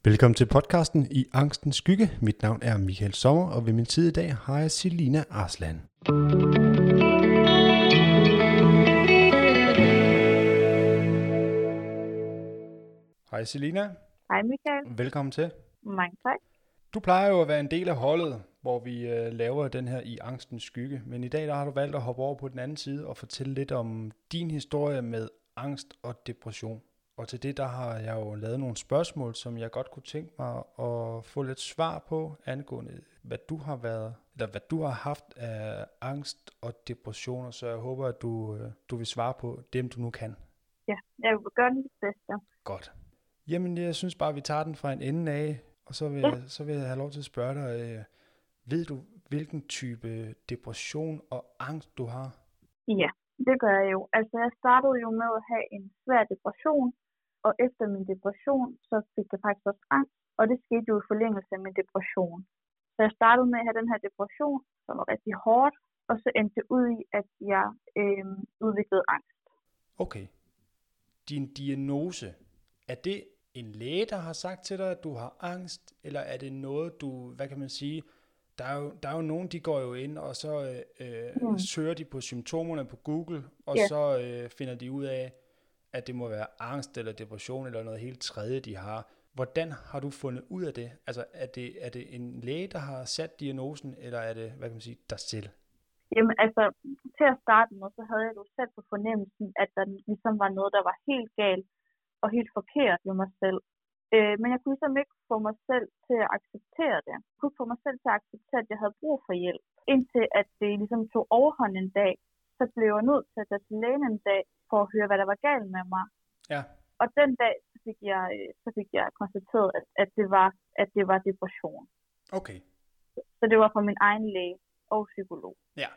Velkommen til podcasten I Angstens Skygge. Mit navn er Michael Sommer, og ved min side i dag har jeg Selina Arslan. Hej Selina. Hej Michael. Velkommen til. Mange tak. Du plejer jo at være en del af holdet, hvor vi laver den her I Angstens Skygge. Men i dag der har du valgt at hoppe over på den anden side og fortælle lidt om din historie med angst og depression. Og til det, der har jeg jo lavet nogle spørgsmål, som jeg godt kunne tænke mig at få lidt svar på, angående hvad du har været, eller hvad du har haft af angst og depressioner. Så jeg håber, at du vil svare på dem, du nu kan. Ja, jeg vil gøre det bedste. Godt. Jamen, jeg synes bare, vi tager den fra en ende af, og så vil jeg have lov til at spørge dig, ved du, hvilken type depression og angst du har? Ja, det gør jeg jo. Altså, jeg startede jo med at have en svær depression, og efter min depression, så fik jeg faktisk også angst, og det skete jo i forlængelse af min depression. Så jeg startede med at have den her depression, som var rigtig hårdt, og så endte det ud i, at jeg udviklede angst. Okay. Din diagnose, er det en læge, der har sagt til dig, at du har angst, eller er det noget, du, hvad kan man sige, der er jo nogen, de går jo ind, og så søger de på symptomerne på Google, og så finder de ud af, at det må være angst eller depression eller noget helt tredje, de har. Hvordan har du fundet ud af det? Altså, er det en læge, der har sat diagnosen, eller er det, hvad kan man sige, dig selv? Jamen altså, til at starte med, så havde jeg jo selv på fornemmelsen, at der ligesom var noget, der var helt galt og helt forkert ved mig selv. Men jeg kunne ligesom ikke få mig selv til at acceptere det. Jeg kunne ikke få mig selv til at acceptere, at jeg havde brug for hjælp. Indtil at det ligesom tog overhånd en dag, så blev jeg nødt til at tage til lægen en dag, for at høre, hvad der var galt med mig. Ja. Og den dag, så fik jeg konstateret, at det var depression. Okay. Så det var fra min egen læge og psykolog. Ja.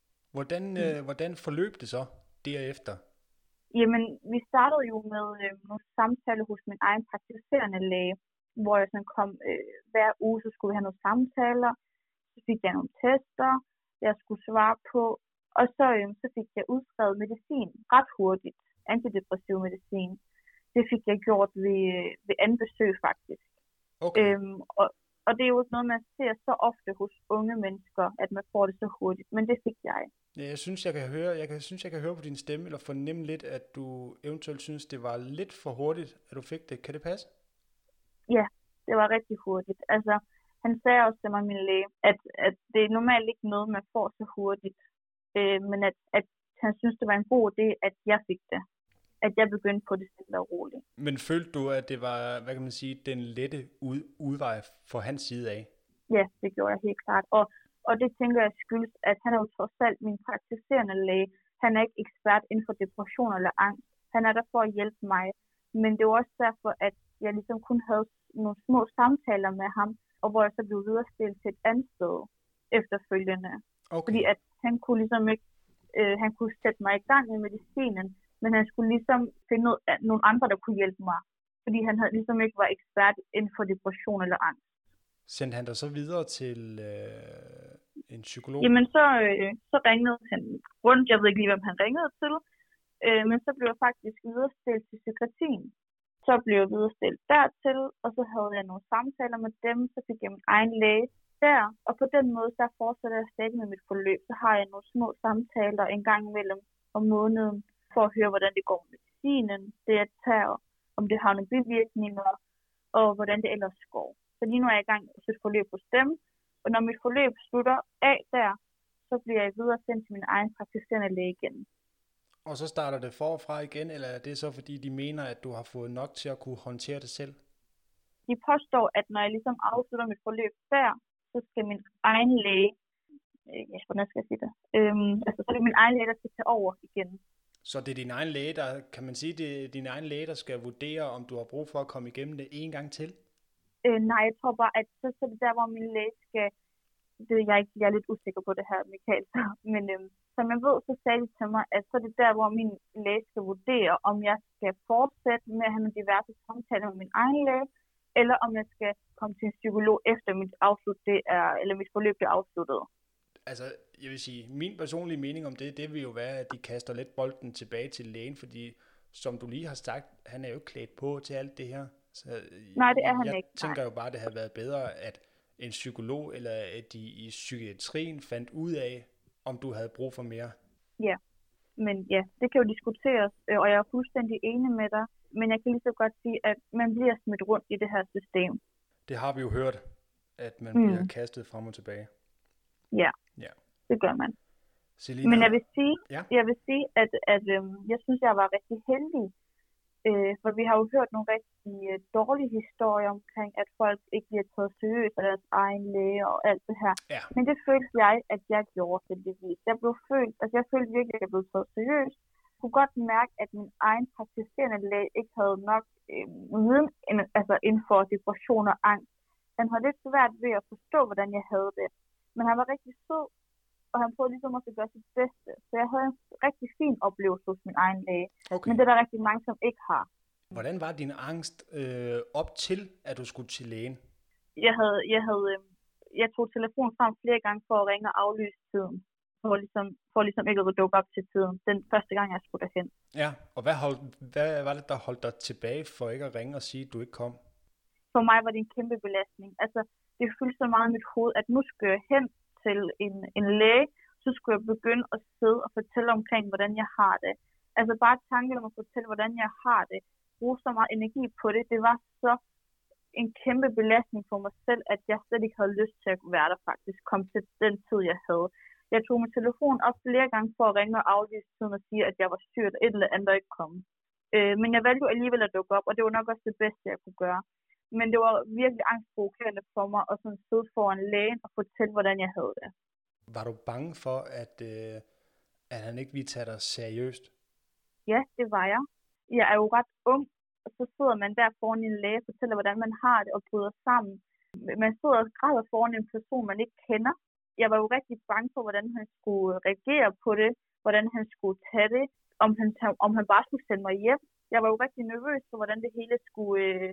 Hvordan forløb det så derefter? Jamen, vi startede jo med nogle samtaler hos min egen praktiserende læge, hvor jeg sådan kom hver uge, så skulle vi have nogle samtaler. Så fik jeg nogle tester, jeg skulle svare på. Og så fik jeg udskrevet medicin ret hurtigt, antidepressiv medicin. Det fik jeg gjort ved anden besøg faktisk. Okay. Og det er jo noget, man ser så ofte hos unge mennesker, at man får det så hurtigt, men det fik jeg. Ja, jeg synes, jeg kan høre på din stemme, eller fornemme lidt, at du eventuelt synes, det var lidt for hurtigt, at du fik det. Kan det passe? Ja, det var rigtig hurtigt. Altså, han sagde også til mig, min læge, at det er normalt ikke noget, man får så hurtigt. Men at han synes, det var en god idé, at jeg fik det. At jeg begyndte på det stille og roligt. Men følte du, at det var, hvad kan man sige, den lette udvej for hans side af? Ja, det gjorde jeg helt klart. Og det tænker jeg skyldes, at han er jo trods alt min praktiserende læge. Han er ikke ekspert inden for depression eller angst. Han er der for at hjælpe mig. Men det var også derfor, at jeg ligesom kun havde nogle små samtaler med ham, og hvor jeg så blev viderestillet til et andet sted efterfølgende. Okay. Fordi at han kunne ligesom ikke, han kunne sætte mig i gang med medicinen, men han skulle ligesom finde nogle andre, der kunne hjælpe mig. Fordi han ligesom ikke var ekspert inden for depression eller angst. Sendte han dig så videre til en psykolog? Jamen så ringede han rundt. Jeg ved ikke lige, hvem han ringede til. Men så blev jeg faktisk viderestillet til psykiatrien. Så blev jeg viderestillet dertil, og så havde jeg nogle samtaler med dem. Så fik jeg min egen læge der. Og på den måde, så fortsætter jeg stadig med mit forløb. Så har jeg nogle små samtaler en gang imellem om måneden, for at høre, hvordan det går med medicinen, det jeg tager, om det har nogle bivirkninger, og hvordan det ellers går. Så lige nu er jeg i gang med et forløb hos dem, og når mit forløb slutter af der, så bliver jeg videre sendt til min egen praktiserende læge igen. Og så starter det forfra igen, eller er det så fordi, de mener, at du har fået nok til at kunne håndtere det selv? De påstår, at når jeg ligesom afslutter mit forløb der, så skal min egen læge, hvordan skal jeg sige det? Så er det min egen læge, der skal tage over igen. Så det er din egen læge, der, kan man sige, det er din egen læge, der skal vurdere, om du har brug for at komme igennem det en gang til? Nej, jeg tror bare, at så er det der, hvor min læge skal, jeg er lidt usikker på det her, Michael, men som jeg ved, så sagde de til mig, at så er det der, hvor min læge skal vurdere, om jeg skal fortsætte med at have nogle diverse samtaler med min egen læge, eller om jeg skal komme til en psykolog efter mit forløb er afsluttet. Altså, jeg vil sige, min personlige mening om det vil jo være, at de kaster lidt bolden tilbage til lægen, fordi som du lige har sagt, han er jo klædt på til alt det her. Så Nej, det er han jeg ikke. Nej. tænker jo bare, det havde været bedre, at en psykolog eller at de i psykiatrien fandt ud af, om du havde brug for mere. Ja, men ja, det kan jo diskuteres, og jeg er fuldstændig enig med dig. Men jeg kan lige så godt sige, at man bliver smidt rundt i det her system. Det har vi jo hørt, at man bliver kastet frem og tilbage. Ja, Ja. det gør man. Selina, Men jeg vil sige, ja. at jeg synes, jeg var rigtig heldig. For vi har jo hørt nogle rigtig dårlige historier omkring, at folk ikke bliver taget seriøst af deres egen læge og alt det her. Ja. Men det følte jeg, at jeg gjorde heldigvis. Jeg følte virkelig, at jeg blev taget seriøst. Jeg kunne godt mærke, at min egen praktiserende læge ikke havde nok viden inden for depression og angst. Han havde lidt svært ved at forstå, hvordan jeg havde det. Men han var rigtig sød, og han prøvede ligesom også at gøre sit bedste. Så jeg havde en rigtig fin oplevelse hos min egen læge. Okay. Men det er der rigtig mange, som ikke har. Hvordan var din angst op til, at du skulle til lægen? Jeg tog telefonen frem flere gange for at ringe og aflyse tiden. For ligesom ikke at dukke op til tiden. Den første gang, jeg skulle derhen. Ja, og hvad var det, der holdt dig tilbage for ikke at ringe og sige, at du ikke kom? For mig var det en kæmpe belastning. Altså, det fyldte så meget i mit hoved, at nu skulle jeg hen til en læge, så skulle jeg begynde at sidde og fortælle omkring, hvordan jeg har det. Altså bare tanken om at fortælle, hvordan jeg har det, bruge så meget energi på det, det var så en kæmpe belastning for mig selv, at jeg slet ikke havde lyst til at være der faktisk, kom til den tid, jeg havde. Jeg tog min telefon op flere gange for at ringe og aflyse tiden og sige, at jeg var syg, og et eller andet ikke kom. Men jeg valgte jo alligevel at dukke op, og det var nok også det bedste, jeg kunne gøre. Men det var virkelig angstprovokerende for mig at sådan sidde foran lægen og fortælle, hvordan jeg havde det. Var du bange for, at han ikke ville tage dig seriøst? Ja, det var jeg. Jeg er jo ret ung, og så sidder man der foran en læge og fortæller, hvordan man har det og bryder sammen. Man sidder og græder foran en person, man ikke kender. Jeg var jo rigtig bange for, hvordan han skulle reagere på det, hvordan han skulle tage det, om han bare skulle sende mig hjem. Jeg var jo rigtig nervøs for, hvordan det hele skulle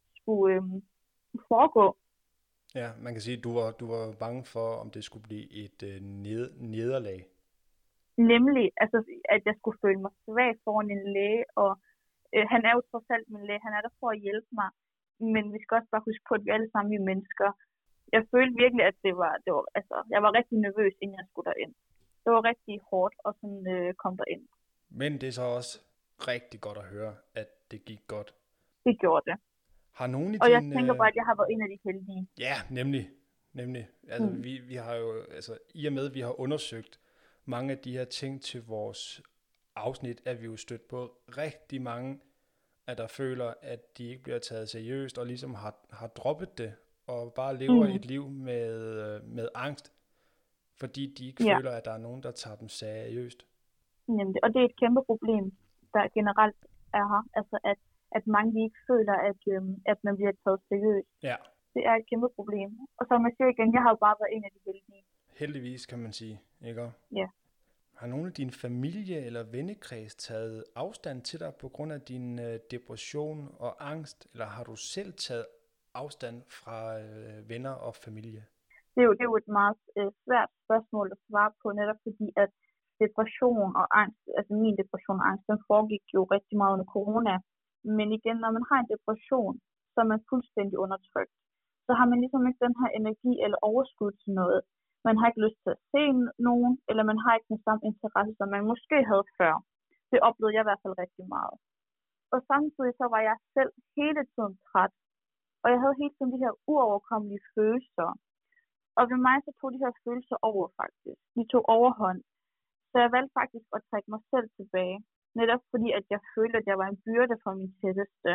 foregå. Ja, man kan sige, at du var bange for, om det skulle blive et nederlag. Nemlig, altså, at jeg skulle føle mig svag foran en læge, og han er jo trods alt min læge, han er der for at hjælpe mig, men vi skal også bare huske på, at vi alle sammen er mennesker. Jeg følte virkelig, at jeg var rigtig nervøs, inden jeg skulle derind. Det var rigtig hårdt at sådan komme derind. Men det er så også rigtig godt at høre, at det gik godt. Det gjorde det. Har nogen i og jeg tænker bare, at jeg har været en af de heldige. Ja, nemlig. Altså, vi har jo, altså, i og med, at vi har undersøgt mange af de her ting til vores afsnit, er vi jo stødt på rigtig mange, at der føler, at de ikke bliver taget seriøst, og ligesom har droppet det, og bare lever et liv med angst, fordi de ikke føler, at der er nogen, der tager dem seriøst. Nemlig, og det er et kæmpe problem, der generelt er her, altså at mange ikke føler, at man bliver taget seriøst. Ja. Det er et kæmpe problem. Og som jeg siger igen, jeg har jo bare været en af de heldige. Heldigvis, kan man sige, ikke? Ja. Har nogen af din familie eller vennekreds taget afstand til dig på grund af din depression og angst, eller har du selv taget afstand fra venner og familie? Det er jo et meget svært spørgsmål at svare på, netop fordi at depression og angst, altså min depression og angst, den foregik jo rigtig meget under corona. Men igen, når man har en depression, så er man fuldstændig undertrykt. Så har man ligesom ikke den her energi eller overskud til noget. Man har ikke lyst til at se nogen, eller man har ikke den samme interesse, som man måske havde før. Det oplevede jeg i hvert fald rigtig meget. Og samtidig så var jeg selv hele tiden træt. Og jeg havde hele tiden de her uoverkommelige følelser. Og ved mig så tog de her følelser over faktisk. De tog overhånd. Så jeg valgte faktisk at trække mig selv tilbage. Netop fordi, at jeg følte, at jeg var en byrde for min tætteste.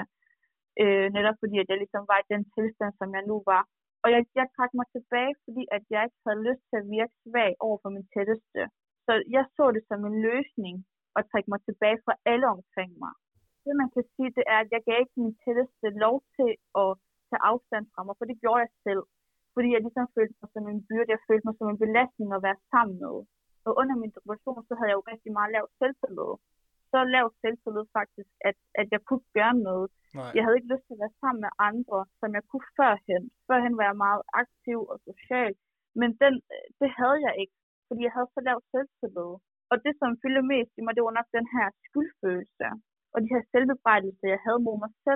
Netop fordi, at jeg ligesom var i den tilstand, som jeg nu var. Og jeg trak mig tilbage, fordi at jeg ikke havde lyst til at virke svag over for min tætteste. Så jeg så det som en løsning at trække mig tilbage fra alle omkring mig. Det man kan sige, det er, at jeg gav ikke min tætteste lov til at tage afstand fra mig, for det gjorde jeg selv. Fordi jeg ligesom følte mig som en byrde, jeg følte mig som en belastning at være sammen med. Og under min depression, så havde jeg jo rigtig meget lavt selvtillid. Så lavt selvtillid faktisk, at jeg kunne gøre noget. Nej. Jeg havde ikke lyst til at være sammen med andre, som jeg kunne førhen. Førhen var jeg meget aktiv og social, men det havde jeg ikke, fordi jeg havde så lavt selvtillid. Og det, som fyldte mest i mig, det var nok den her skyldfølelse, og de her selvbebrejdelser, jeg havde mod mig selv,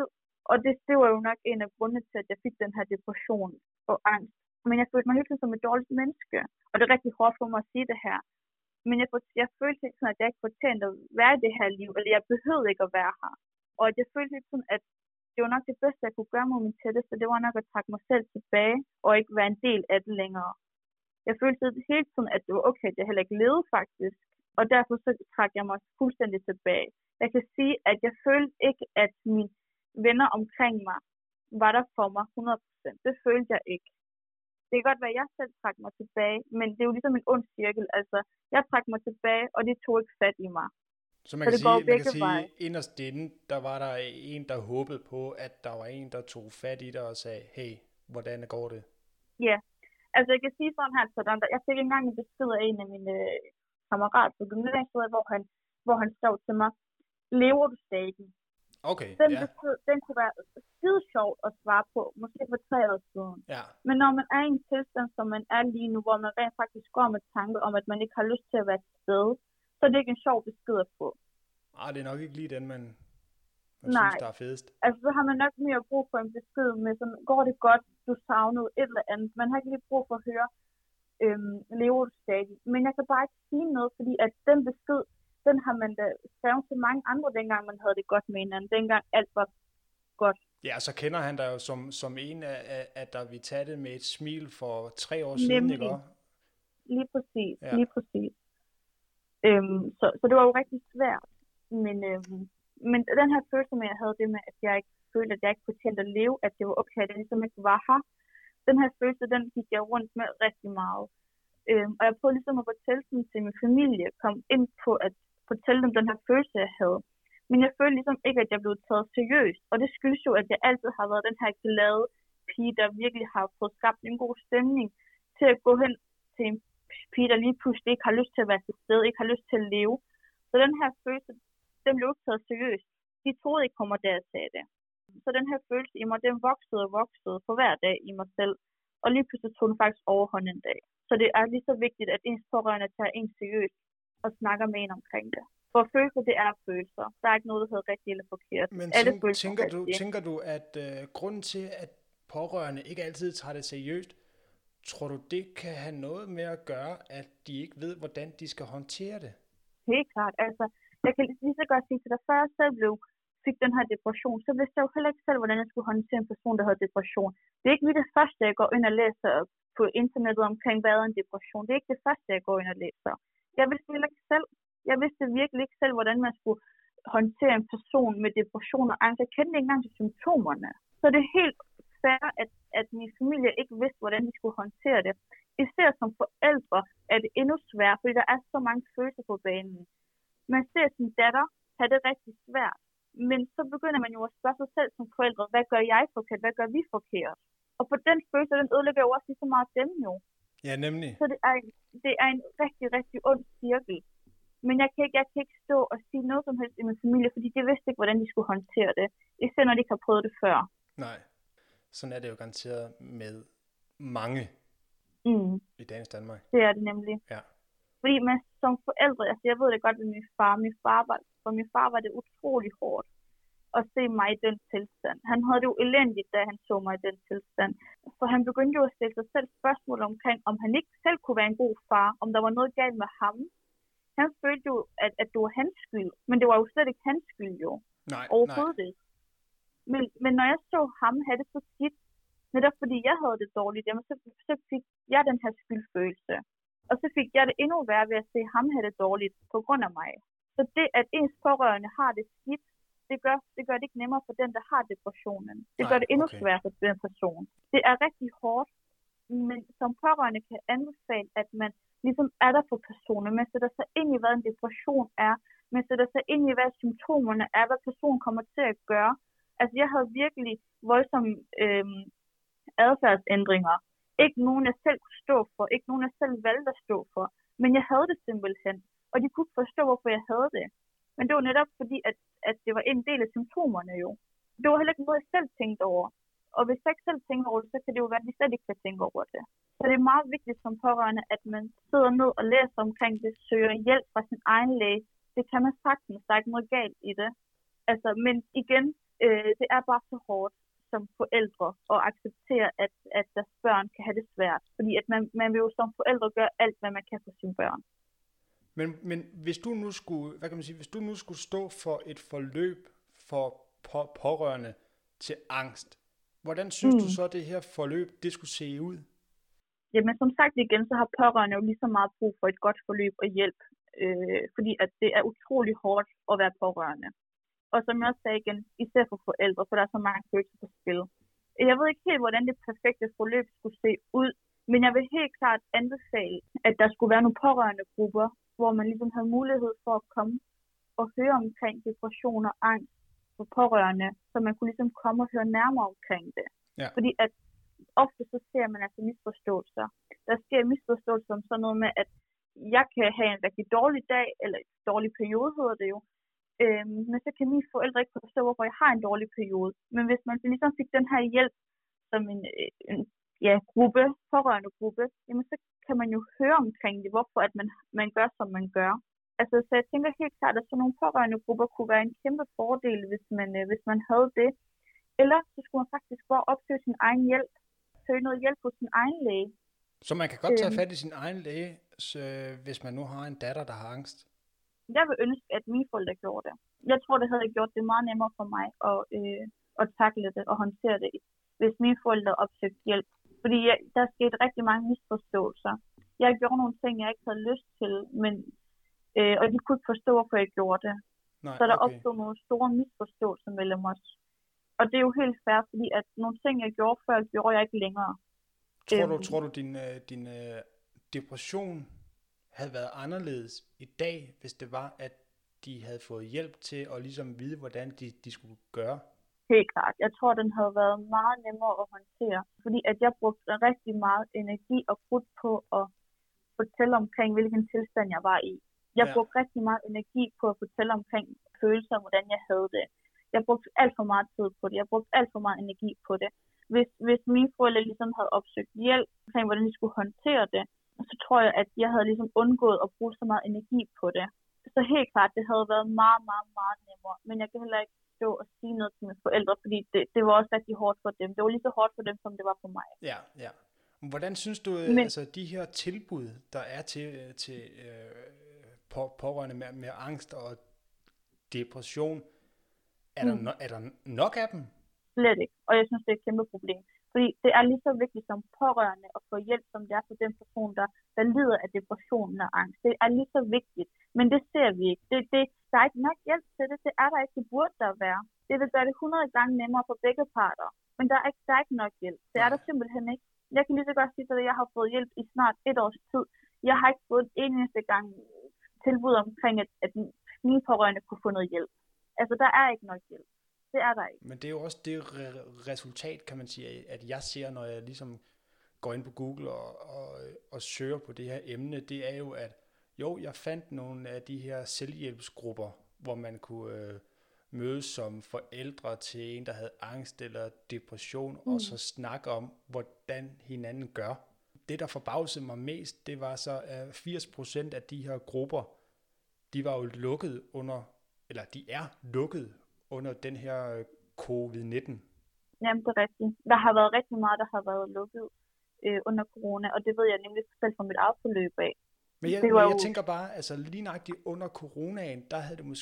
Og det var jo nok en af grundene til, at jeg fik den her depression og angst. Men jeg følte mig hele tiden som et dårligt menneske. Og det er rigtig hårdt for mig at sige det her. Men jeg følte ikke sådan, at jeg ikke fortjente at være i det her liv, eller jeg behøvede ikke at være her. Og jeg følte ikke sådan, at det var nok det bedste, jeg kunne gøre med min tætteste, det var nok at trække mig selv tilbage, og ikke være en del af det længere. Jeg følte hele tiden, at det var okay, at jeg heller ikke levede faktisk. Og derfor så trak jeg mig fuldstændig tilbage. Jeg kan sige, at jeg følte ikke, at mine venner omkring mig var der for mig 100%. Det følte jeg ikke. Det kan godt være, at jeg selv trak mig tilbage, men det er jo ligesom en ond cirkel. Altså, jeg trak mig tilbage, og det tog ikke fat i mig. Så man kan sige inderst inde, der var der en, der håbede på, at der var en, der tog fat i dig og sagde, hey, hvordan går det? Ja, altså jeg kan sige sådan her, jeg fik engang en besked af en af mine kammerater på gymnasiet, hvor han skrev til mig, lever du stadig? Okay, besked, den kunne være skide sjovt at svare på, måske for 3 år siden. Ja. Men når man er i en tilstand, som man er lige nu, hvor man rent faktisk går med tanke om, at man ikke har lyst til at være til stede, så er det ikke en sjov besked at få. Det er nok ikke lige den, man synes, der er fedest. Altså så har man nok mere brug for en besked med sådan, går det godt, du savnede et eller andet. Man har ikke lige brug for at høre, lever du stadig. Men jeg kan bare ikke sige noget, fordi at den besked, den har man da skrevet til mange andre, dengang man havde det godt med hinanden. Dengang alt var godt. Ja, så kender han dig jo som en af der vi talte med et smil for 3 år siden, ikke? Lige præcis, ja. Lige præcis. Så det var jo rigtig svært. Men den her følelse med, at jeg havde det med, at jeg ikke følte, at jeg ikke fortjente at leve, at det var okay, at jeg ligesom ikke var her. Den her følelse, den gik jeg rundt med rigtig meget. Og jeg prøvede ligesom at fortælle den til min familie, kom ind på at fortælle dem den her følelse, jeg havde. Men jeg følte ligesom ikke, at jeg blev taget seriøst. Og det skyldes jo, at jeg altid har været den her glade pige, der virkelig har fået skabt en god stemning til at gå hen til en pige, der lige pludselig ikke har lyst til at være til stede, ikke har lyst til at leve. Så den her følelse, den blev ikke taget seriøst. De troede ikke på mig, da jeg sagde det. Så den her følelse i mig, den voksede og voksede for hver dag i mig selv. Og lige pludselig tog den faktisk overhånd en dag. Så det er lige så vigtigt, at ens pårørende tager en seriøst og snakker med en omkring det. For følelser, det er følelser. Der er ikke noget, der hedder rigtigt eller forkert. Men tænker du, at grunden til, at pårørende ikke altid tager det seriøst, tror du, det kan have noget med at gøre, at de ikke ved, hvordan de skal håndtere det? Helt klart. Altså, jeg kan lige så godt sige til dig, før jeg selv fik den her depression, så vidste jeg jo heller ikke selv, hvordan jeg skulle håndtere en person, der havde depression. Det er ikke lige det første, jeg går ind og læser på internettet omkring, hvad er en depression. Det er ikke det første, jeg går ind og læser. Jeg vidste heller ikke selv. Jeg vidste virkelig ikke selv, hvordan man skulle håndtere en person med depression og angst. Jeg kendte ikke engang til symptomerne. Så det er helt fair, at min familie ikke vidste, hvordan de skulle håndtere det. Især som forældre er det endnu sværere, fordi der er så mange følelser på banen. Man ser sin datter have det rigtig svært. Men så begynder man jo at spørge sig selv som forældre, hvad gør jeg forkert, hvad gør vi forkert? Og på den følelse, den ødelægger jo også lige så meget dem jo. Ja, nemlig. Så det er en rigtig, rigtig ond cirkel. Men jeg kan ikke stå og sige noget som helst i min familie, fordi de vidste ikke, hvordan de skulle håndtere det. Især når de ikke har prøvet det før. Nej, sådan er det jo garanteret med mange i dagens Danmark. Det er det nemlig. Ja. Fordi man som forældre, altså jeg ved det godt med for min far var det utrolig hårdt at se mig i den tilstand. Han havde det jo elendigt, da han så mig i den tilstand. For han begyndte jo at stille sig selv spørgsmål omkring, om han ikke selv kunne være en god far, om der var noget galt med ham. Han følte jo, at det var hans skyld, men det var jo slet ikke hans skyld jo. Nej, overhovedet ikke. Men når jeg så ham have det så skidt, netop fordi jeg havde det dårligt, jamen, så fik jeg den her skyldfølelse. Og så fik jeg det endnu værre ved at se ham have det dårligt på grund af mig. Så det, at ens pårørende har det skidt, det gør det ikke nemmere for den, der har depressionen. Det gør det endnu sværere for den person. Det er rigtig hårdt, men som pårørende kan anbefale, at man ligesom er der for personen. Man sætter sig ind i, hvad en depression er. Man sætter sig ind i, hvad symptomerne er, hvad personen kommer til at gøre. Altså, jeg havde virkelig voldsomme adfærdsændringer. Ikke nogen, jeg selv kunne stå for. Ikke nogen, jeg selv valgte at stå for. Men jeg havde det simpelthen. Og de kunne ikke forstå, hvorfor jeg havde det. Men det var netop fordi, at det var en del af symptomerne jo. Det var heller ikke noget, jeg selv tænkte over. Og hvis jeg ikke selv tænker over det, så kan det jo være, at de slet ikke kan tænke over det. Så det er meget vigtigt som pårørende, at man sidder ned og læser omkring det, søger hjælp fra sin egen læge. Det kan man sagtens, der er ikke noget galt i det. Altså, men igen, Det er bare så hårdt som forældre at acceptere, at deres børn kan have det svært. Fordi at man vil jo som forældre gøre alt, hvad man kan for sine børn. Men hvis du nu skulle, hvad kan man sige, hvis du nu skulle stå for et forløb for pårørende til angst, hvordan synes du så, det her forløb, det skulle se ud? Jamen som sagt igen, så har pårørende jo lige så meget brug for et godt forløb og hjælp. Fordi at det er utrolig hårdt at være pårørende. Og som jeg også sagde igen, især for forældre, for der er så mange følelser på spil. Jeg ved ikke helt, hvordan det perfekte forløb skulle se ud, men jeg vil helt klart anbefale, at der skulle være nogle pårørende grupper, hvor man ligesom havde mulighed for at komme og høre omkring depression og angst for pårørende, så man kunne ligesom komme og høre nærmere omkring det. Ja. Fordi at ofte så ser man altså misforståelser. Der sker misforståelser om sådan noget med, at jeg kan have en rigtig dårlig dag, eller en dårlig periode hedder det jo, men så kan mine forældre ikke forstå, hvorfor jeg har en dårlig periode. Men hvis man ligesom fik den her hjælp som en gruppe, pårørende gruppe, jamen så kan man jo høre omkring det, hvorfor at man gør, som man gør. Altså, så jeg tænker helt klart, at sådan nogle pårørende grupper kunne være en kæmpe fordel, hvis man havde det. Eller så skulle man faktisk bare opsøge sin egen hjælp. Søge noget hjælp hos sin egen læge. Så man kan godt tage fat i sin egen læge, hvis man nu har en datter, der har angst? Jeg vil ønske, at mine forældre gjorde det. Jeg tror, det havde gjort det meget nemmere for mig at takle det og håndtere det, hvis mine forældre opsøgte hjælp. Fordi der skete rigtig mange misforståelser. Jeg gjorde nogle ting, jeg ikke havde lyst til, og de kunne ikke forstå, hvorfor jeg gjorde det. Nej, så der opstod nogle store misforståelser mellem os. Og det er jo helt fair, fordi at nogle ting, jeg gjorde før, gjorde jeg ikke længere. Tror du din depression havde været anderledes i dag, hvis det var, at de havde fået hjælp til at ligesom vide, hvordan de skulle gøre? Helt klart. Jeg tror, den havde været meget nemmere at håndtere, fordi at jeg brugte rigtig meget energi og krudt på at fortælle omkring, hvilken tilstand jeg var i. Jeg brugte rigtig meget energi på at fortælle omkring følelser, hvordan jeg havde det. Jeg brugte alt for meget tid på det. Jeg brugte alt for meget energi på det. Hvis mine forældre ligesom havde opsøgt hjælp omkring, hvordan de skulle håndtere det, så tror jeg, at jeg havde ligesom undgået at bruge så meget energi på det. Så helt klart, det havde været meget, meget, meget nemmere. Men jeg kan heller ikke stå og sige noget til mine forældre, fordi det var også rigtig hårdt for dem. Det var lige så hårdt for dem, som det var for mig. Ja. Hvordan synes du, altså de her tilbud, der er til pårørende med angst og depression, er der nok af dem? Slet ikke. Og jeg synes, det er et kæmpe problem. Fordi det er lige så vigtigt som pårørende at få hjælp, som det er for den person, der lider af depressionen og angst. Det er lige så vigtigt. Men det ser vi ikke. Der er ikke nok hjælp til det. Det er der ikke. Det burde der være. Det vil gøre det 100 gange nemmere for begge parter. Men der er ikke nok hjælp. Det er der simpelthen ikke. Jeg kan lige så godt sige, at jeg har fået hjælp i snart 1 års tid. Jeg har ikke fået en eneste gang tilbud omkring, at mine pårørende kunne få noget hjælp. Altså, der er ikke nok hjælp. Det er der ikke. Men det er jo også det resultat, kan man sige, at jeg ser, når jeg ligesom går ind på Google og søger på det her emne, det er jo, at jeg fandt nogle af de her selvhjælpsgrupper, hvor man kunne mødes som forældre til en, der havde angst eller depression, og så snakke om, hvordan hinanden gør. Det, der forbavsede mig mest, det var så, at 80% af de her grupper, de var jo lukket de er lukket under den her covid-19. Jamen, det er rigtigt. Der har været rigtig meget, der har været lukket under corona, og det ved jeg nemlig selv fra mit eget forløb af. Men jeg tænker bare, altså lige nøjagtigt under coronaen, der havde det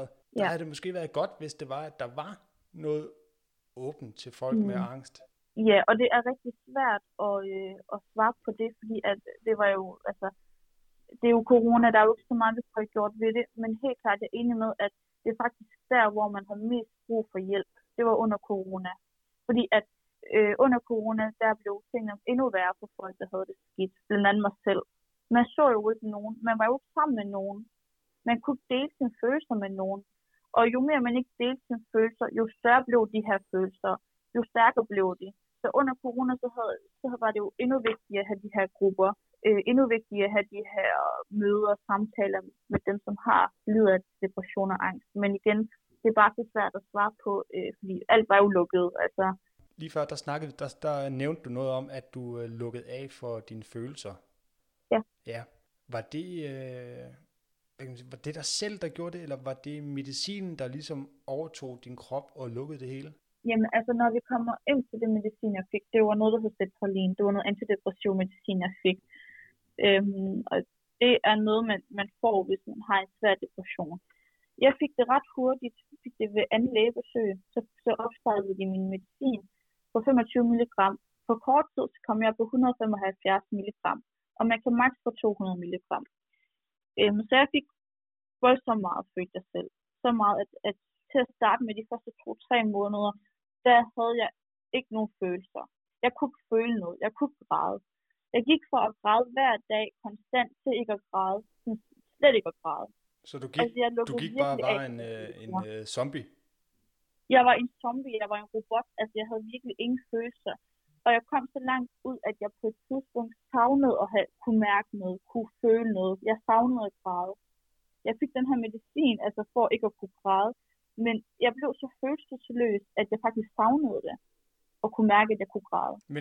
måske været godt, hvis det var, at der var noget åbent til folk med angst. Ja, og det er rigtig svært at svare på det, fordi at det var jo, altså, det er jo corona, der er jo ikke så meget, vi har gjort ved det, men helt klart jeg er enig med, at det er faktisk der, hvor man har mest brug for hjælp. Det var under corona. Fordi at under corona, der blev tingene endnu værre for folk, der havde det skidt. Blandt andet mig selv. Man så jo ikke nogen. Man var jo ikke sammen med nogen. Man kunne dele sine følelser med nogen. Og jo mere man ikke delte sine følelser, jo større blev de her følelser. Jo stærkere blev de. Så under corona, så var det jo endnu vigtigere at have de her grupper. Endnu vigtigere at have de her møder og samtaler med dem, som har lider af depression og angst. Men igen, det er bare så svært at svare på, fordi alt var jo lukket. Altså. Lige før, der nævnte du noget om, at du lukkede af for dine følelser. Ja. Ja. Var det var det dig selv, der gjorde det, eller var det medicinen, der ligesom overtog din krop og lukkede det hele? Jamen, altså, når vi kommer ind til det medicin, jeg fik, det var noget, der hed Sertralin. Det var noget antidepressiv medicin, jeg fik. Og det er noget, man får, hvis man har en svær depression. Jeg fik det ret hurtigt. Jeg fik det ved anden lægebesøg. Så opstartede de min medicin på 25 mg. På kort tid så kom jeg på 175 mg. Og man kan maks få 200 mg. Så jeg fik voldsomt meget, følte jeg selv. Så meget, at til at starte med de første 2-3 måneder, der havde jeg ikke nogen følelser. Jeg kunne ikke føle noget. Jeg kunne ikke græde. Jeg gik fra at græde hver dag konstant til ikke at græde. Slet ikke at græde. Så du gik bare og var en zombie? Jeg var en zombie. Jeg var en robot. Altså, jeg havde virkelig ingen følelser. Og jeg kom så langt ud, at jeg på et tidspunkt savnede at kunne mærke noget, kunne føle noget. Jeg savnede at græde. Jeg fik den her medicin, altså for ikke at kunne græde. Men jeg blev så følelsesløs, at jeg faktisk savnede det. Og kunne mærke, at jeg kunne græde. Men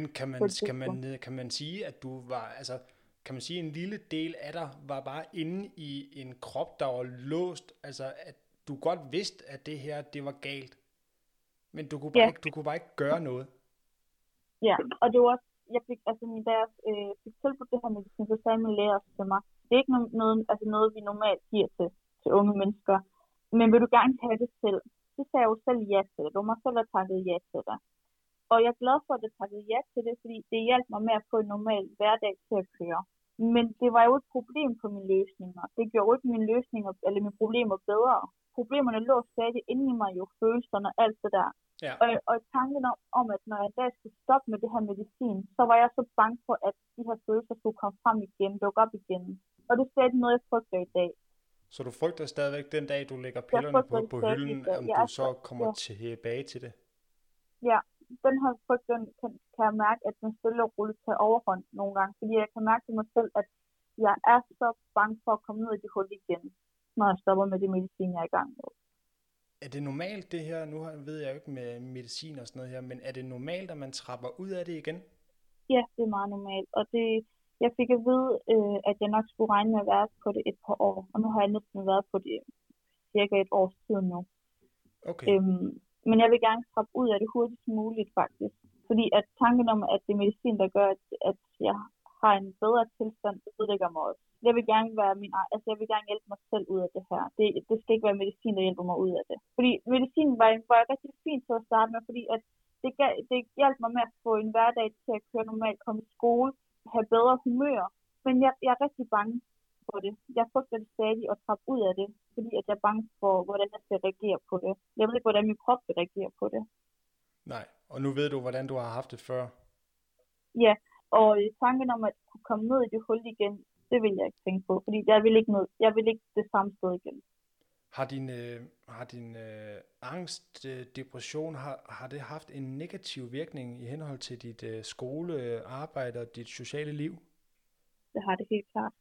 kan man sige, at du var, altså, kan man sige, en lille del af dig var bare inde i en krop, der var låst, altså at du godt vidste, at det her, det var galt, men du kunne bare ikke gøre noget? Ja, og det var også, da jeg fik tilbudt det her medicin, så sagde min læge også til mig, det er ikke noget, vi normalt giver til unge mennesker, men vil du gerne have det selv? Så sagde jeg jo selv ja til det. Det var mig selv, der takkede ja til det. Og jeg er glad for, at jeg takkede ja til det, fordi det hjalp mig med at få en normal hverdag til at køre. Men det var jo et problem på mine løsninger. Det gjorde jo ikke mine løsninger eller mine problemer bedre. Problemerne lå stadig inde i mig, jo følelserne og alt det der. Ja. Og tanken om, at når jeg en dag skulle stoppe med det her medicin, så var jeg så bange for, at de her følelser skulle komme frem igen, dukke op igen. Og det er stadig noget, jeg frygter i dag. Så du frygter stadigvæk den dag, du lægger pillerne på hylden, om du så kommer tilbage til det? Ja, den her frygt, kan jeg mærke, at den stille og roligt tager overhånd nogle gange. Fordi jeg kan mærke til mig selv, at jeg er så bange for at komme ned i det hul igen, når jeg stopper med det medicin, jeg er i gang med. Er det normalt det her? Nu ved jeg jo ikke med medicin og sådan noget her, men er det normalt, at man trapper ud af det igen? Ja, det er meget normalt. Og jeg fik at vide, at jeg nok skulle regne med at være på det et par år. Og nu har jeg næsten været på det cirka et års tid nu. Okay. Men jeg vil gerne trappe ud af det hurtigst muligt, faktisk. Fordi at tanken om, at det er medicin, der gør, at jeg har en bedre tilstand, det udlægger mig også. Jeg vil gerne jeg vil gerne hjælpe mig selv ud af det her. Det skal ikke være medicin, der hjælper mig ud af det. Fordi medicin var rigtig fint til at starte med, fordi at det hjalp mig med at få en hverdag til at køre normalt, komme i skole, have bedre humør. Men jeg er rigtig bange for det. Jeg frygter det stadig at trappe ud af det, fordi at jeg er bange for, hvordan jeg skal reagere på det. Jeg ved ikke, hvordan min krop skal reagere på det. Nej, og nu ved du, hvordan du har haft det før. Ja, og tanken om at kunne komme ned i det hul igen, det vil jeg ikke tænke på, fordi jeg vil ikke det samme sted igen. Har din angst, depression, har det haft en negativ virkning i henhold til dit skolearbejde og dit sociale liv? Det har det helt klart.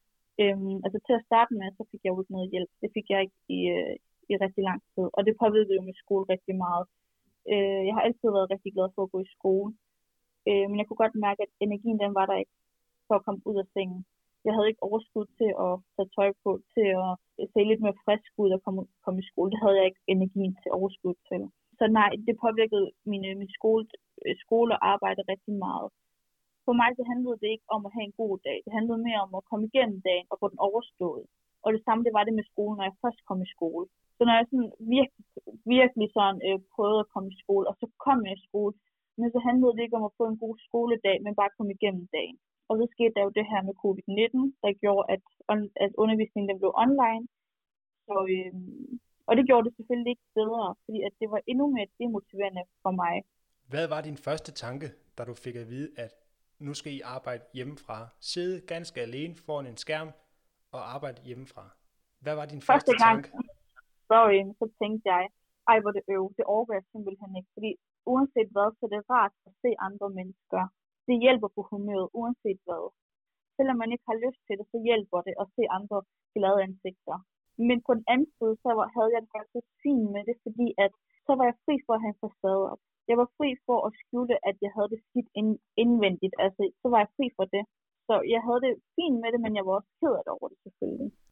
Til at starte med, så fik jeg jo ikke noget hjælp. Det fik jeg ikke i rigtig lang tid, og det påvirkede jo min skole rigtig meget. Jeg har altid været rigtig glad for at gå i skole, men jeg kunne godt mærke, at energien den var der ikke for at komme ud af sengen. Jeg havde ikke overskud til at tage tøj på, til at se lidt mere frisk ud og komme i skole. Det havde jeg ikke energien til overskud til. Så nej, det påvirkede min skole og arbejde rigtig meget. For mig så handlede det ikke om at have en god dag. Det handlede mere om at komme igennem dagen og få den overstået. Og det samme det var det med skolen, når jeg først kom i skole. Så når jeg sådan virkelig sådan, prøvede at komme i skole, og så kom jeg i skole, men så handlede det ikke om at få en god skoledag, men bare komme igennem dagen. Og så skete der jo det her med covid-19, der gjorde, at undervisningen den blev online. Så, og det gjorde det selvfølgelig ikke bedre, fordi at det var endnu mere demotiverende for mig. Hvad var din første tanke, da du fik at vide, at nu skal I arbejde hjemmefra? Sidde ganske alene foran en skærm og arbejde hjemmefra. Hvad var din første tanke? Så tænkte jeg, hvor det det overgår jeg simpelthen ikke, fordi uanset hvad, så er det rart at se andre mennesker. Det hjælper på humøret, uanset hvad. Selvom man ikke har lyst til det, så hjælper det at se andre glade ansigter. Men på den anden side, så havde jeg det faktisk fint med det, fordi at så var jeg fri for at have en facade op. Jeg var fri for at skjule, at jeg havde det skidt indvendigt. Altså, så var jeg fri for det. Så jeg havde det fint med det, men jeg var også ked af det over det selvfølgelig.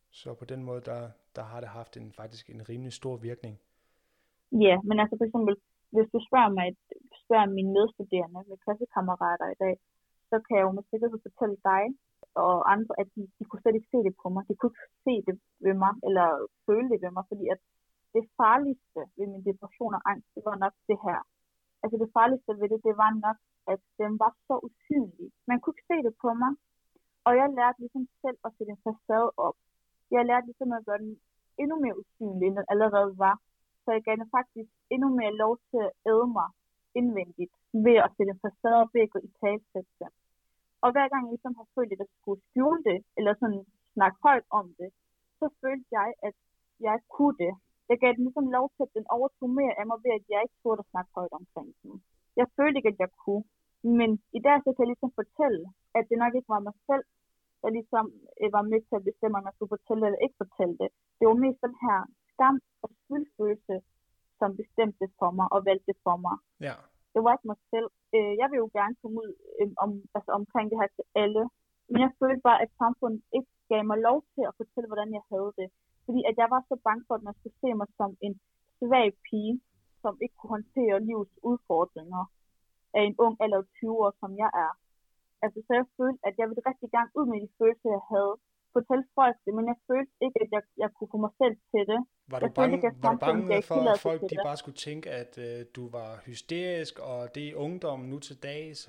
Så på den måde, der har det haft faktisk en rimelig stor virkning. Ja, men altså for eksempel, hvis du spørger mine medstuderende, med klassekammerater i dag, så kan jeg jo med sikkerhed fortælle dig og andre, at de kunne slet ikke se det på mig. De kunne ikke se det ved mig, eller føle det ved mig, fordi at det farligste ved min depression og angst, det var nok det her. Altså det farligste ved det var nok, at den var så usynlig. Man kunne ikke se det på mig, og jeg lærte ligesom selv at sætte en facade op. Jeg lærte ligesom at gøre den endnu mere usynlig, end den allerede var. Så jeg gav den faktisk endnu mere lov til at æde mig indvendigt, ved at sætte en facade op, ved at gå i talsætte. Og hver gang jeg ligesom har følt, at jeg skulle skjule det, eller sådan snakke højt om det, så følte jeg, at jeg kunne det. Jeg gav den ligesom lov til, at den overtog mere af mig, ved at jeg ikke turde at snakke højt omkring den. Jeg følte ikke, at jeg kunne. Men i dag så kan jeg ligesom fortælle, at det nok ikke var mig selv, der ligesom var med til at bestemme, om jeg skulle fortælle eller ikke fortælle det. Det var mest den her skam og skyldfølelse, som bestemte for mig og valgte for mig. Ja. Det var ikke mig selv. Jeg vil jo gerne komme ud omkring det her til alle. Men jeg følte bare, at samfundet ikke gav mig lov til at fortælle, hvordan jeg havde det. Fordi at jeg var så bange for, at man skulle se mig som en svag pige, som ikke kunne håndtere livets udfordringer af en ung eller 20 år, som jeg er. Altså, så jeg følte, at jeg ville rigtig gerne ud med de følelser, jeg havde. Fortælle folk det, men jeg følte ikke, at jeg kunne få mig selv til det. Var du bange for, at folk de bare skulle tænke, at du var hysterisk, og det er ungdom nu til dags?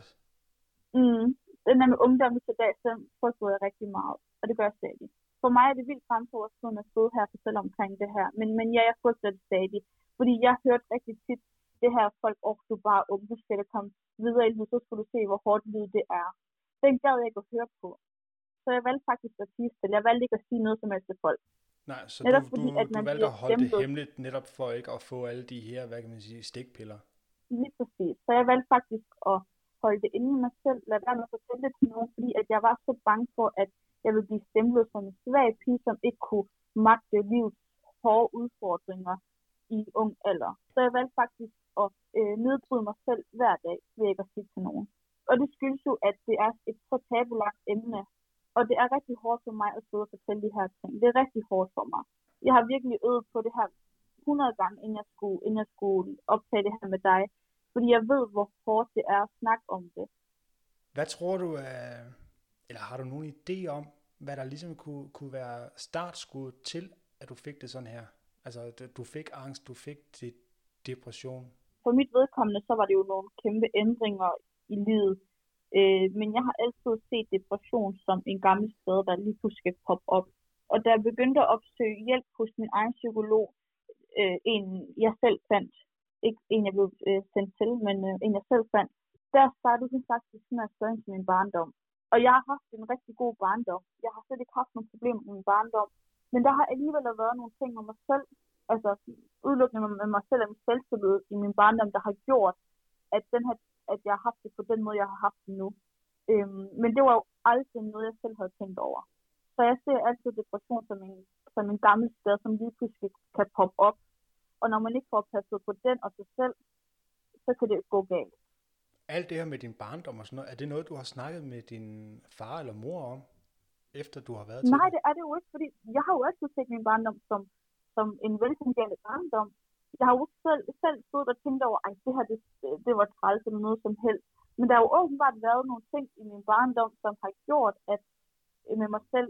Den der med ungdom nu til dags, den frygtede jeg rigtig meget, og det gør jeg stadig. For mig er det vildt grænseoverskridende at stå her og fortælle omkring det her, men jeg frygter det stadig. Fordi jeg hørte rigtig tit det her folk, du bare ung, du skal da komme videre i livet, så skulle du se, hvor hårdt livet det er. Den gad jeg ikke at høre på. Så jeg valgte faktisk at sige stille. Jeg valgte ikke at sige noget som helst til folk. Nej, så netop du valgte at holde det hemmeligt, netop for ikke at få alle de her, hvad kan man sige, stikpiller? Lige præcis. Så jeg valgte faktisk at holde det inde i mig selv, lade være med at fortælle det til nogen, fordi at jeg var så bange for, at jeg ville blive stemplet som en svag pige, som ikke kunne magte livets hårde udfordringer i ung alder. Så jeg valgte faktisk at nedbryde mig selv hver dag, ved ikke at sige til nogen. Og det skyldes jo, at det er et så tabulagt emne, og det er rigtig hårdt for mig at sidde og fortælle de her ting. Det er rigtig hårdt for mig. Jeg har virkelig øvet på det her 100 gange, inden jeg skulle optage det her med dig. Fordi jeg ved, hvor hårdt det er at snakke om det. Hvad tror du, eller har du nogen idé om, hvad der ligesom kunne være startskud til, at du fik det sådan her? Altså, du fik angst, du fik depression. For mit vedkommende, så var det jo nogle kæmpe ændringer i livet. Men jeg har altid set depression som en gammel skade, der lige pludselig skal poppe op. Og da jeg begyndte at opsøge hjælp hos min egen psykolog, en jeg selv fandt, ikke en jeg blev sendt til, men en jeg selv fandt, der startede hun faktisk sådan at spørge til min barndom. Og jeg har haft en rigtig god barndom. Jeg har slet ikke haft nogle problemer med min barndom. Men der har alligevel været nogle ting med mig selv, altså udelukkende med mig selv og min selvtillid i min barndom, der har gjort, at jeg har haft det på den måde, jeg har haft det nu. Men det var jo aldrig noget, jeg selv havde tænkt over. Så jeg ser altid depression som en gammel skade, som lige pludselig kan poppe op. Og når man ikke får passet på den og sig selv, så kan det gå galt. Alt det her med din barndom og sådan noget, er det noget, du har snakket med din far eller mor om, efter du har været til? Nej, det er det jo ikke, fordi jeg har jo altid set min barndom som en velfungerende barndom. Jeg har jo selv stået og tænkt over, at det her det var træls eller noget som helst. Men der har jo åbenbart været nogle ting i min barndom, som har gjort, at med mig selv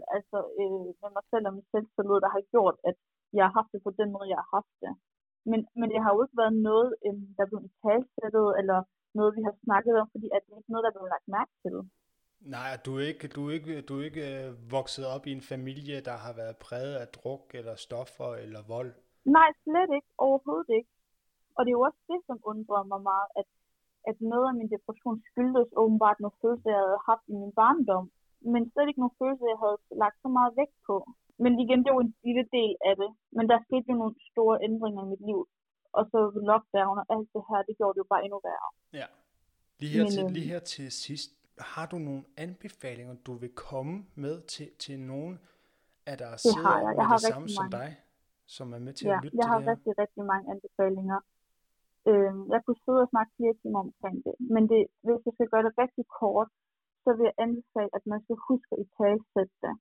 og min selvtillid, der har gjort, at jeg har haft det på den måde, jeg har haft det. Men det har jo ikke været noget, der blev talsættet, eller noget, vi har snakket om, fordi at det ikke er noget, der blev lagt mærke til. Nej, du er ikke vokset op i en familie, der har været præget af druk, eller stoffer, eller vold? Nej, slet ikke. Overhovedet ikke. Og det er jo også det, som undrer mig meget, at noget af min depression skyldtes åbenbart nogle følelser, jeg havde haft i min barndom. Men slet ikke nogle følelser, jeg havde lagt så meget vægt på. Men igen, det var en lille del af det. Men der skete jo nogle store ændringer i mit liv. Og så lockdown og alt det her, det gjorde det jo bare endnu værre. Ja. Lige her til sidst, har du nogle anbefalinger, du vil komme med til nogen af der sidder med det samme som dig, som er med til at lytte til det her? Jeg har rigtig mange anbefalinger. Jeg kunne sidde og snakke 4 timer omkring det. Men hvis jeg skal gøre det rigtig kort, så vil jeg anbefale, at man skal huske at italesætte det.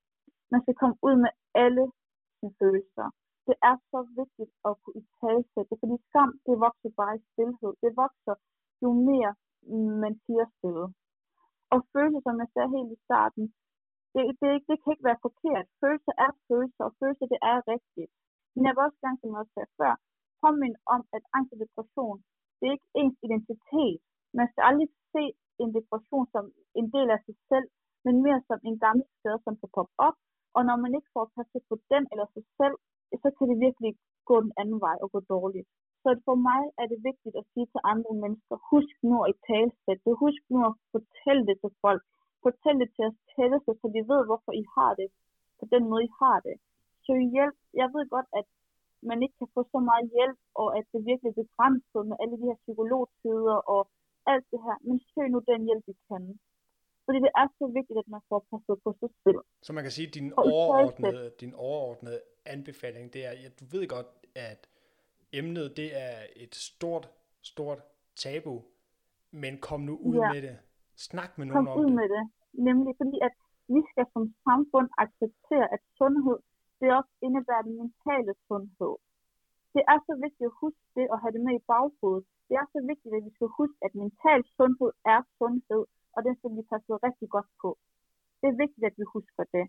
Man skal komme ud med alle sine følelser. Det er så vigtigt at kunne italesætte, fordi skam, det vokser bare i stilhed. Det vokser jo mere man siger stille. Og følelser, som jeg sagde helt i starten, det kan ikke være forkert. Følelser er følelser, og følelser, det er rigtigt. Men jeg vil også gerne, som jeg også sagde før, påminde om, at angst og depression, det er ikke ens identitet. Man skal aldrig se en depression som en del af sig selv, men mere som en gammel skade, som kan poppe op. Og når man ikke får passet på den eller sig selv, så kan det virkelig gå den anden vej og gå dårligt. Så for mig er det vigtigt at sige til andre mennesker, husk nu at italesætte, husk nu at fortælle det til folk, fortæl det til os tætteste, så de ved, hvorfor I har det, på den måde I har det. Så hjælp, jeg ved godt, at man ikke kan få så meget hjælp, og at det virkelig er begrænset med alle de her psykologtider og alt det her, men søg nu den hjælp, I kan. Fordi det er så vigtigt, at man får passet på sig selv. Så man kan sige, at din overordnede anbefaling, det er, at du ved godt, at emnet, det er et stort tabu, men kom nu ud med det. Snak med nogen om det. Kom ud med det. Nemlig fordi, at vi skal som samfund acceptere, at sundhed, det også indebærer den mentale sundhed. Det er så vigtigt at huske det og have det med i baghovedet. Det er så vigtigt, at vi skal huske, at mental sundhed er sundhed, og det skal vi passe rigtig godt på. Det er vigtigt, at vi husker det.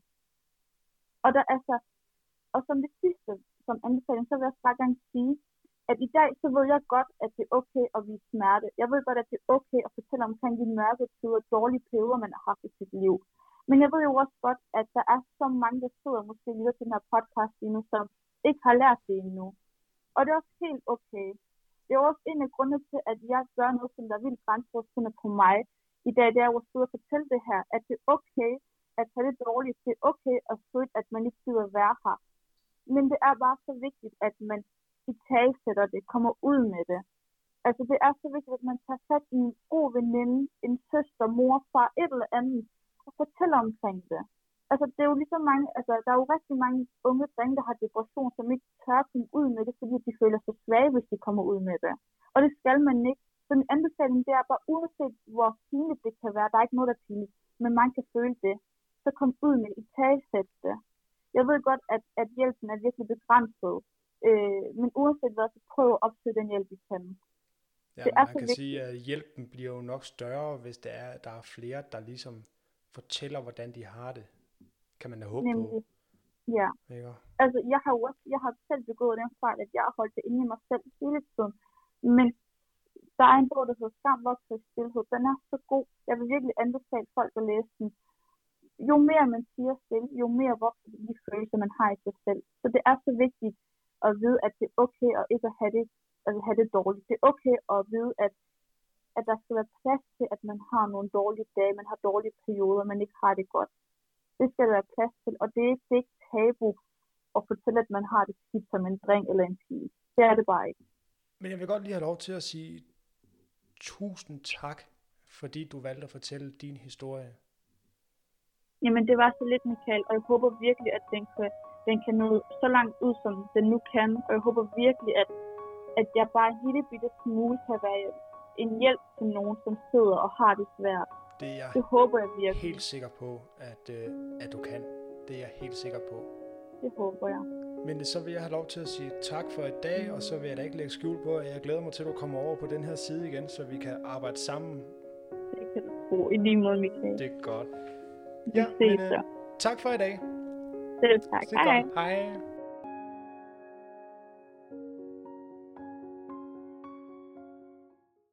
Og som det sidste, som anbefaling, så vil jeg bare gerne sige, at i dag, så ved jeg godt, at det er okay at vise smerte. Jeg ved godt, at det er okay at fortælle omkring de mørke tider og dårlige perioder, man har haft i sit liv. Men jeg ved jo også godt, at der er så mange, der sidder måske lige til den her podcast lige nu, som ikke har lært det endnu. Og det er også helt okay. Det er også en af grundene til, at jeg gør noget, som der er vildt grænseoverskridende på mig i dag, det er at sidde og fortælle det her, at det er okay at have det dårligt. Det er okay at føle, at man ikke gider at være her. Men det er bare så vigtigt, at man italesætter det, kommer ud med det. Altså det er så vigtigt, at man tager fat i en god veninde, en søster, mor, far, et eller andet, og fortæller omkring det. Altså det er jo lige så mange, altså der er jo rigtig mange unge drenge, der har depression, som ikke tør komme ud med det, fordi de føler sig svage, hvis de kommer ud med det. Og det skal man ikke. Så en anbefaling, det er bare uanset hvor pinligt det kan være, der er ikke noget, der er pinligt, men man kan føle det, så kom ud med italesæt det. Jeg ved godt, at hjælpen er virkelig begrænset, men uanset hvad, så prøv at opsøge den hjælp, I kan. Ja, man kan sige, at hjælpen bliver jo nok større, hvis der er flere, der ligesom fortæller, hvordan de har det. Kan man da håbe på. Ja. Ikke? Altså, jeg har selv begået den fejl, at jeg har holdt det inde i mig selv hele tiden. Men der er en bog, der hedder Skam, vokser i stilhed. Den er så god. Jeg vil virkelig anbefale folk at læse den. Jo mere man siger stille, jo mere vokser de følelser, man har i sig selv. Så det er så vigtigt at vide, at det er okay at ikke at have det dårligt. Det er okay at vide, at der skal være plads til, at man har nogle dårlige dage, man har dårlige perioder, man ikke har det godt. Det skal der være plads til, og det er ikke tabu at fortælle, at man har det skidt som en dreng eller en pige. Det er det bare ikke. Men jeg vil godt lige have lov til at sige tusind tak, fordi du valgte at fortælle din historie. Jamen det var så lidt, Michael, og jeg håber virkelig, at den kan nå så langt ud, som den nu kan. Og jeg håber virkelig, at jeg bare en lille bitte smule kan være en hjælp til nogen, som sidder og har det svært. Det håber jeg virkelig. Helt sikker på, at du kan. Det er jeg helt sikker på. Det håber jeg. Men så vil jeg have lov til at sige tak for i dag, og så vil jeg da ikke lægge skjul på, at jeg glæder mig til, at du kommer over på den her side igen, så vi kan arbejde sammen. Det kan du tro. I lige måde, Michael. Det er godt. Ja, men, tak for i dag. Selv tak. Hej. Hej.